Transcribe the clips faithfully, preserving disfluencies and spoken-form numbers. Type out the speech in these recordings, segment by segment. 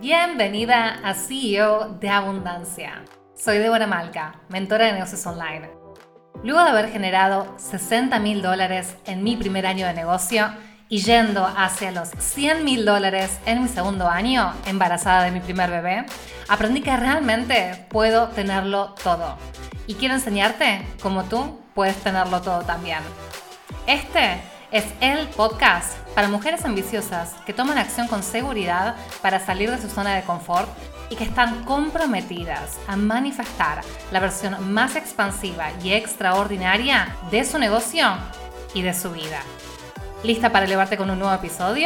Bienvenida a C E O de Abundancia. Soy Débora Malca, mentora de negocios online. Luego de haber generado sesenta mil dólares en mi primer año de negocio y yendo hacia los cien mil dólares en mi segundo año, embarazada de mi primer bebé, aprendí que realmente puedo tenerlo todo. Y quiero enseñarte cómo tú puedes tenerlo todo también. Este es el podcast para mujeres ambiciosas que toman acción con seguridad para salir de su zona de confort y que están comprometidas a manifestar la versión más expansiva y extraordinaria de su negocio y de su vida. ¿Lista para elevarte con un nuevo episodio?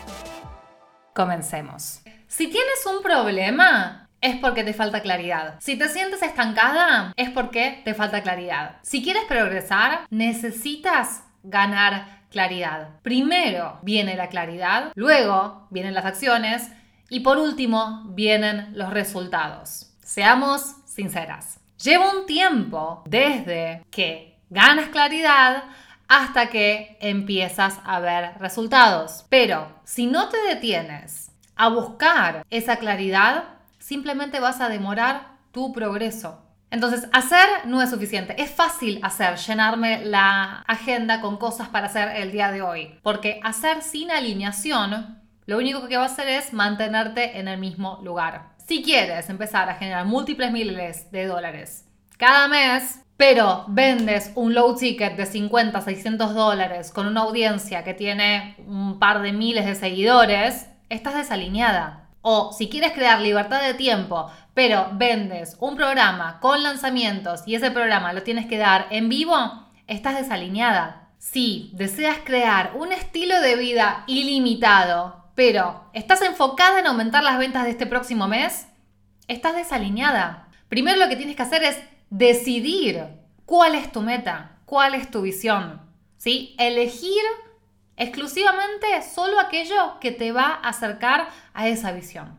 Comencemos. Si tienes un problema, es porque te falta claridad. Si te sientes estancada, es porque te falta claridad. Si quieres progresar, necesitas ganar claridad. Primero viene la claridad, luego vienen las acciones y por último vienen los resultados. Seamos sinceras. Lleva un tiempo desde que ganas claridad hasta que empiezas a ver resultados. Pero si no te detienes a buscar esa claridad, simplemente vas a demorar tu progreso. Entonces, hacer no es suficiente. Es fácil hacer, llenarme la agenda con cosas para hacer el día de hoy. Porque hacer sin alineación, lo único que va a hacer es mantenerte en el mismo lugar. Si quieres empezar a generar múltiples miles de dólares cada mes, pero vendes un low ticket de cincuenta, seiscientos dólares con una audiencia que tiene un par de miles de seguidores, estás desalineada. O si quieres crear libertad de tiempo, pero vendes un programa con lanzamientos y ese programa lo tienes que dar en vivo, estás desalineada. Si deseas crear un estilo de vida ilimitado, pero estás enfocada en aumentar las ventas de este próximo mes, estás desalineada. Primero lo que tienes que hacer es decidir cuál es tu meta, cuál es tu visión, ¿sí? Elegir exclusivamente solo aquello que te va a acercar a esa visión.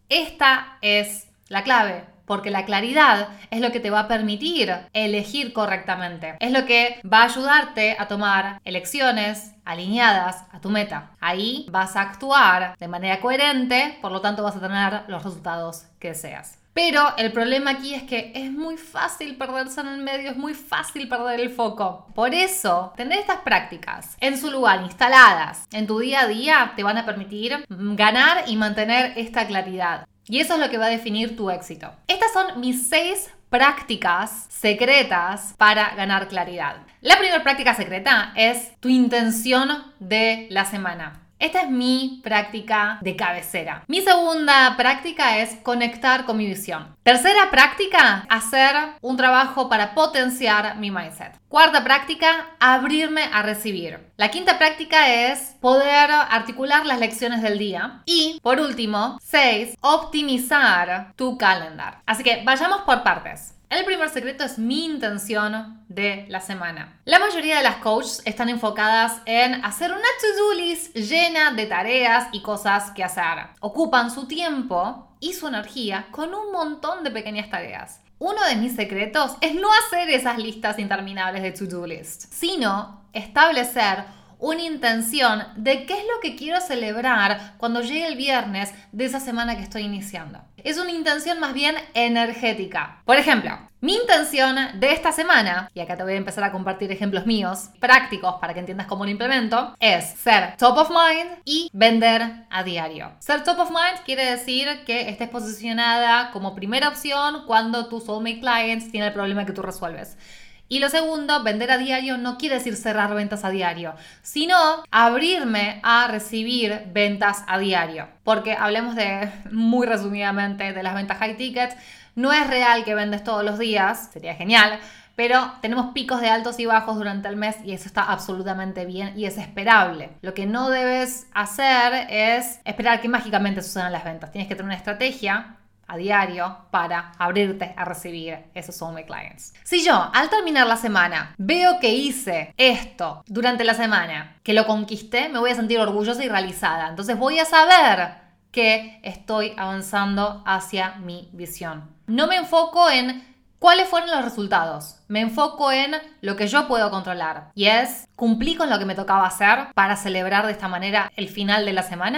Esta es la clave, porque la claridad es lo que te va a permitir elegir correctamente. Es lo que va a ayudarte a tomar elecciones alineadas a tu meta. Ahí vas a actuar de manera coherente, por lo tanto vas a tener los resultados que deseas. Pero el problema aquí es que es muy fácil perderse en el medio, es muy fácil perder el foco. Por eso, tener estas prácticas en su lugar, instaladas en tu día a día, te van a permitir ganar y mantener esta claridad. Y eso es lo que va a definir tu éxito. Estas son mis seis prácticas secretas para ganar claridad. La primera práctica secreta es tu intención de la semana. Esta es mi práctica de cabecera. Mi segunda práctica es conectar con mi visión. Tercera práctica, hacer un trabajo para potenciar mi mindset. Cuarta práctica, abrirme a recibir. La quinta práctica es poder articular las lecciones del día. Y, por último, seis, optimizar tu calendar. Así que vayamos por partes. El primer secreto es mi intención de la semana. La mayoría de las coaches están enfocadas en hacer una to-do list llena de tareas y cosas que hacer. Ocupan su tiempo y su energía con un montón de pequeñas tareas. Uno de mis secretos es no hacer esas listas interminables de to-do list, sino establecer una intención de qué es lo que quiero celebrar cuando llegue el viernes de esa semana que estoy iniciando. Es una intención más bien energética. Por ejemplo, mi intención de esta semana, y acá te voy a empezar a compartir ejemplos míos prácticos para que entiendas cómo lo implemento, es ser top of mind y vender a diario. Ser top of mind quiere decir que estés posicionada como primera opción cuando tu soulmate clients tiene el problema que tú resuelves. Y lo segundo, vender a diario no quiere decir cerrar ventas a diario, sino abrirme a recibir ventas a diario. Porque hablemos de, muy resumidamente, de las ventas high ticket. No es real que vendes todos los días, sería genial, pero tenemos picos de altos y bajos durante el mes y eso está absolutamente bien y es esperable. Lo que no debes hacer es esperar que mágicamente sucedan las ventas. Tienes que tener una estrategia a diario para abrirte a recibir esos soulmate clients. Si yo, al terminar la semana, veo que hice esto durante la semana, que lo conquisté, me voy a sentir orgullosa y realizada. Entonces voy a saber que estoy avanzando hacia mi visión. No me enfoco en cuáles fueron los resultados. Me enfoco en lo que yo puedo controlar. Y es, ¿cumplí con lo que me tocaba hacer para celebrar de esta manera el final de la semana?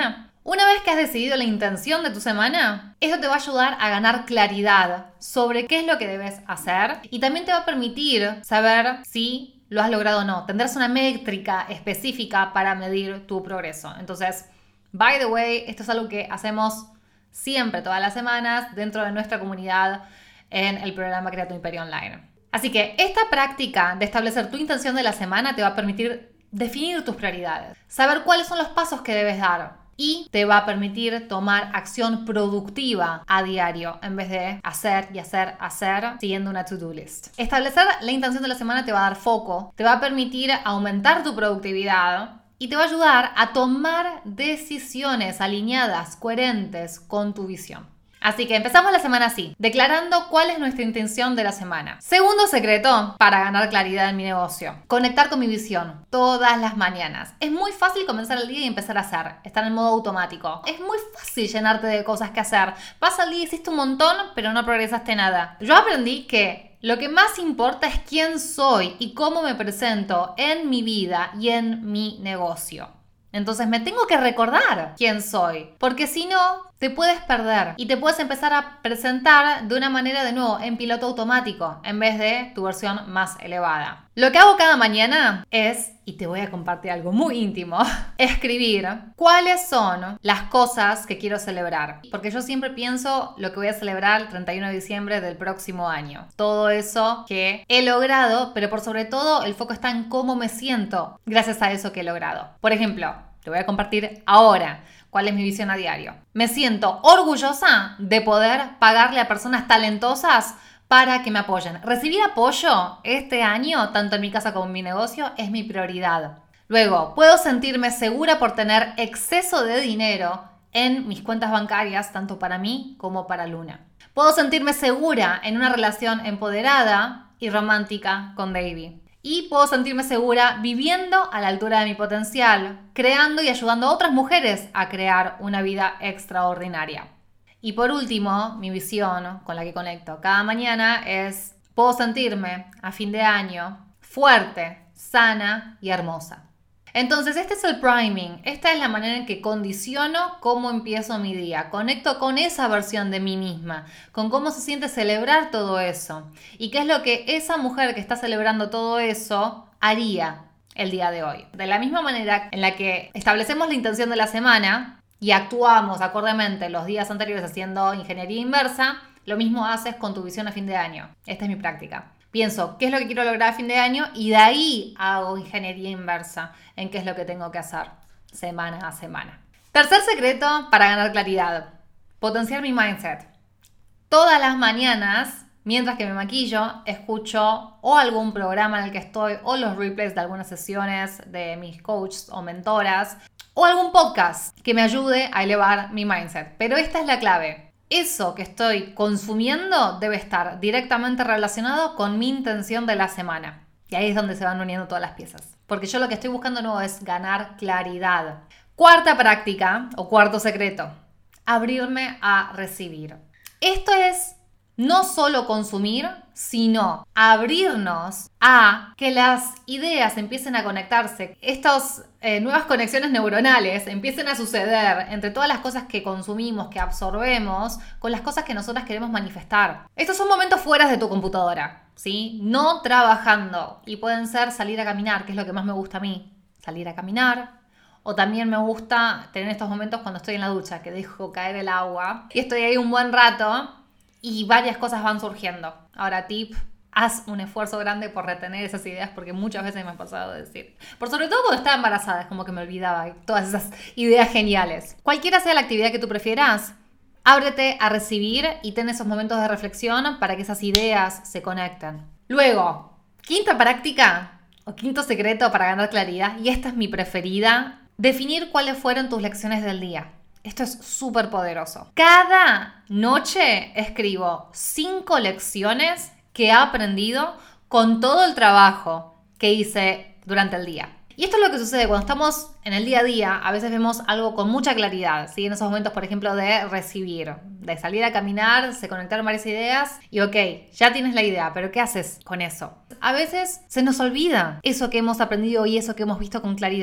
Una vez que has decidido la intención de tu semana, eso te va a ayudar a ganar claridad sobre qué es lo que debes hacer y también te va a permitir saber si lo has logrado o no. Tendrás una métrica específica para medir tu progreso. Entonces, by the way, esto es algo que hacemos siempre, todas las semanas, dentro de nuestra comunidad en el programa Crea tu Imperio Online. Así que esta práctica de establecer tu intención de la semana te va a permitir definir tus prioridades, saber cuáles son los pasos que debes dar y te va a permitir tomar acción productiva a diario en vez de hacer y hacer, hacer siguiendo una to-do list. Establecer la intención de la semana te va a dar foco, te va a permitir aumentar tu productividad y te va a ayudar a tomar decisiones alineadas, coherentes con tu visión. Así que empezamos la semana así, declarando cuál es nuestra intención de la semana. Segundo secreto para ganar claridad en mi negocio: conectar con mi visión todas las mañanas. Es muy fácil comenzar el día y empezar a hacer, estar en modo automático. Es muy fácil llenarte de cosas que hacer. Pasa el día, hiciste un montón, pero no progresaste nada. Yo aprendí que lo que más importa es quién soy y cómo me presento en mi vida y en mi negocio. Entonces me tengo que recordar quién soy, porque si no, te puedes perder y te puedes empezar a presentar de una manera, de nuevo, en piloto automático, en vez de tu versión más elevada. Lo que hago cada mañana es, y te voy a compartir algo muy íntimo, escribir cuáles son las cosas que quiero celebrar. Porque yo siempre pienso lo que voy a celebrar el treinta y uno de diciembre del próximo año. Todo eso que he logrado, pero por sobre todo el foco está en cómo me siento gracias a eso que he logrado. Por ejemplo, te voy a compartir ahora cuál es mi visión a diario. Me siento orgullosa de poder pagarle a personas talentosas para que me apoyen. Recibir apoyo este año, tanto en mi casa como en mi negocio, es mi prioridad. Luego, puedo sentirme segura por tener exceso de dinero en mis cuentas bancarias, tanto para mí como para Luna. Puedo sentirme segura en una relación empoderada y romántica con Davy. Y puedo sentirme segura viviendo a la altura de mi potencial, creando y ayudando a otras mujeres a crear una vida extraordinaria. Y por último, mi visión con la que conecto cada mañana es: puedo sentirme a fin de año fuerte, sana y hermosa. Entonces este es el priming, esta es la manera en que condiciono cómo empiezo mi día, conecto con esa versión de mí misma, con cómo se siente celebrar todo eso y qué es lo que esa mujer que está celebrando todo eso haría el día de hoy. De la misma manera en la que establecemos la intención de la semana y actuamos acordemente los días anteriores haciendo ingeniería inversa, lo mismo haces con tu visión a fin de año. Esta es mi práctica. Pienso qué es lo que quiero lograr a fin de año y de ahí hago ingeniería inversa en qué es lo que tengo que hacer semana a semana. Tercer secreto para ganar claridad: potenciar mi mindset. Todas las mañanas, mientras que me maquillo, escucho o algún programa en el que estoy o los replays de algunas sesiones de mis coaches o mentoras o algún podcast que me ayude a elevar mi mindset. Pero esta es la clave. Eso que estoy consumiendo debe estar directamente relacionado con mi intención de la semana. Y ahí es donde se van uniendo todas las piezas. Porque yo lo que estoy buscando de nuevo es ganar claridad. Cuarta práctica o cuarto secreto: abrirme a recibir. Esto es no solo consumir, sino abrirnos a que las ideas empiecen a conectarse. Estas eh, nuevas conexiones neuronales empiecen a suceder entre todas las cosas que consumimos, que absorbemos, con las cosas que nosotras queremos manifestar. Estos son momentos fuera de tu computadora, ¿sí? No trabajando. Y pueden ser salir a caminar, que es lo que más me gusta a mí. Salir a caminar. O también me gusta tener estos momentos cuando estoy en la ducha, que dejo caer el agua y estoy ahí un buen rato y varias cosas van surgiendo. Ahora, tip: haz un esfuerzo grande por retener esas ideas, porque muchas veces me ha pasado de decir, por sobre todo cuando estaba embarazada, es como que me olvidaba todas esas ideas geniales. Cualquiera sea la actividad que tú prefieras, ábrete a recibir y ten esos momentos de reflexión para que esas ideas se conecten. Luego, quinta práctica o quinto secreto para ganar claridad, y esta es mi preferida: definir cuáles fueron tus lecciones del día. Esto es súper poderoso. Cada noche escribo cinco lecciones que he aprendido con todo el trabajo que hice durante el día. Y esto es lo que sucede cuando estamos en el día a día. A veces vemos algo con mucha claridad, ¿sí? En esos momentos, por ejemplo, de recibir, de salir a caminar, se conectaron varias ideas y ok, ya tienes la idea, pero ¿qué haces con eso? A veces se nos olvida eso que hemos aprendido y eso que hemos visto con claridad.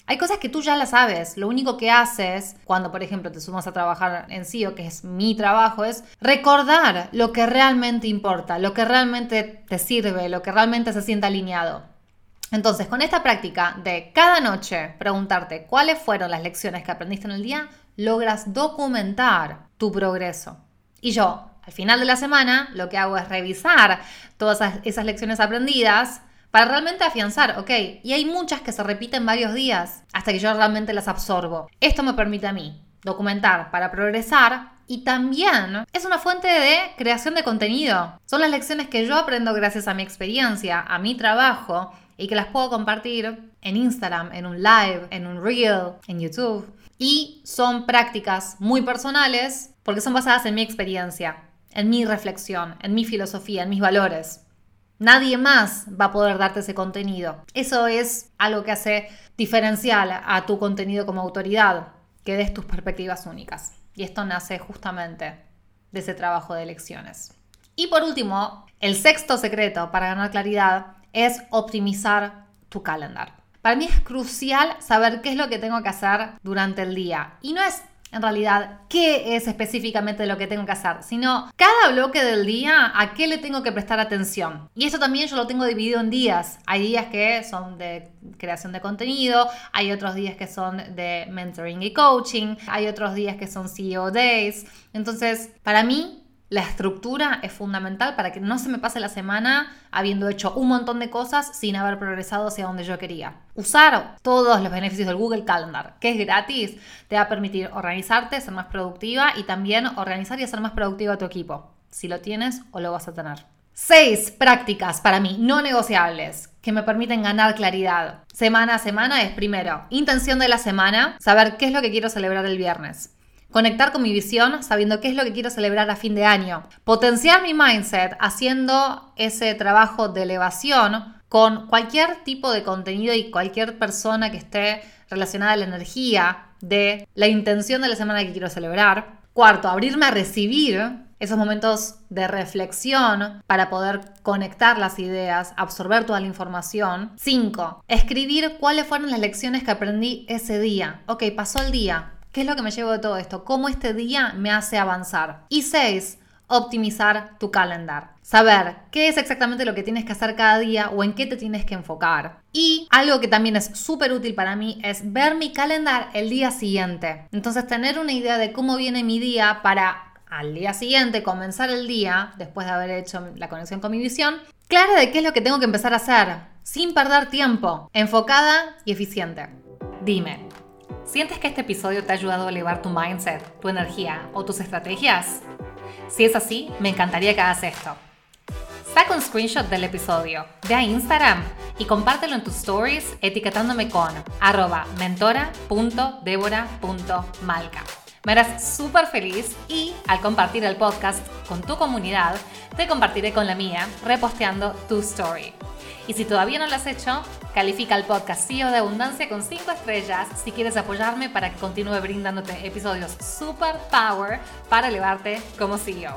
Hay cosas que tú ya las sabes. Lo único que haces cuando, por ejemplo, te sumas a trabajar en S E O, que es mi trabajo, es recordar lo que realmente importa, lo que realmente te sirve, lo que realmente se siente alineado. Entonces, con esta práctica de cada noche preguntarte cuáles fueron las lecciones que aprendiste en el día, logras documentar tu progreso. Y yo, al final de la semana, lo que hago es revisar todas esas, esas lecciones aprendidas para realmente afianzar, ok, y hay muchas que se repiten varios días hasta que yo realmente las absorbo. Esto me permite a mí documentar para progresar y también es una fuente de creación de contenido. Son las lecciones que yo aprendo gracias a mi experiencia, a mi trabajo y que las puedo compartir en Instagram, en un live, en un reel, en YouTube. Y son prácticas muy personales porque son basadas en mi experiencia, en mi reflexión, en mi filosofía, en mis valores. Nadie más va a poder darte ese contenido. Eso es algo que hace diferencial a tu contenido como autoridad, que des tus perspectivas únicas. Y esto nace justamente de ese trabajo de lecciones. Y por último, el sexto secreto para ganar claridad es optimizar tu calendar. Para mí es crucial saber qué es lo que tengo que hacer durante el día. Y no es en realidad qué es específicamente lo que tengo que hacer, sino cada bloque del día a qué le tengo que prestar atención. Y eso también yo lo tengo dividido en días. Hay días que son de creación de contenido, hay otros días que son de mentoring y coaching, hay otros días que son C E O Days. Entonces, para mí, la estructura es fundamental para que no se me pase la semana habiendo hecho un montón de cosas sin haber progresado hacia donde yo quería. Usar todos los beneficios del Google Calendar, que es gratis, te va a permitir organizarte, ser más productiva y también organizar y hacer más productivo a tu equipo, si lo tienes o lo vas a tener. Seis prácticas para mí no negociables que me permiten ganar claridad. Semana a semana es primero, intención de la semana, saber qué es lo que quiero celebrar el viernes. Conectar con mi visión sabiendo qué es lo que quiero celebrar a fin de año. Potenciar mi mindset haciendo ese trabajo de elevación con cualquier tipo de contenido y cualquier persona que esté relacionada a la energía de la intención de la semana que quiero celebrar. Cuarto, abrirme a recibir esos momentos de reflexión para poder conectar las ideas, absorber toda la información. Cinco, escribir cuáles fueron las lecciones que aprendí ese día. Ok, pasó el día. ¿Qué es lo que me llevo de todo esto? ¿Cómo este día me hace avanzar? Y seis, optimizar tu calendar. Saber qué es exactamente lo que tienes que hacer cada día o en qué te tienes que enfocar. Y algo que también es súper útil para mí es ver mi calendar el día siguiente. Entonces tener una idea de cómo viene mi día para al día siguiente comenzar el día, después de haber hecho la conexión con mi visión, clara de qué es lo que tengo que empezar a hacer, sin perder tiempo, enfocada y eficiente. Dime, ¿sientes que este episodio te ha ayudado a elevar tu mindset, tu energía o tus estrategias? Si es así, me encantaría que hagas esto. Saca un screenshot del episodio, ve a Instagram y compártelo en tus stories etiquetándome con arroba mentora punto debora punto malca. Me harás súper feliz y al compartir el podcast con tu comunidad, te compartiré con la mía reposteando tu story. Y si todavía no lo has hecho, califica el podcast C E O de Abundancia con cinco estrellas si quieres apoyarme para que continúe brindándote episodios super power para elevarte como C E O.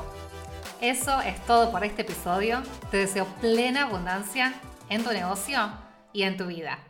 Eso es todo por este episodio. Te deseo plena abundancia en tu negocio y en tu vida.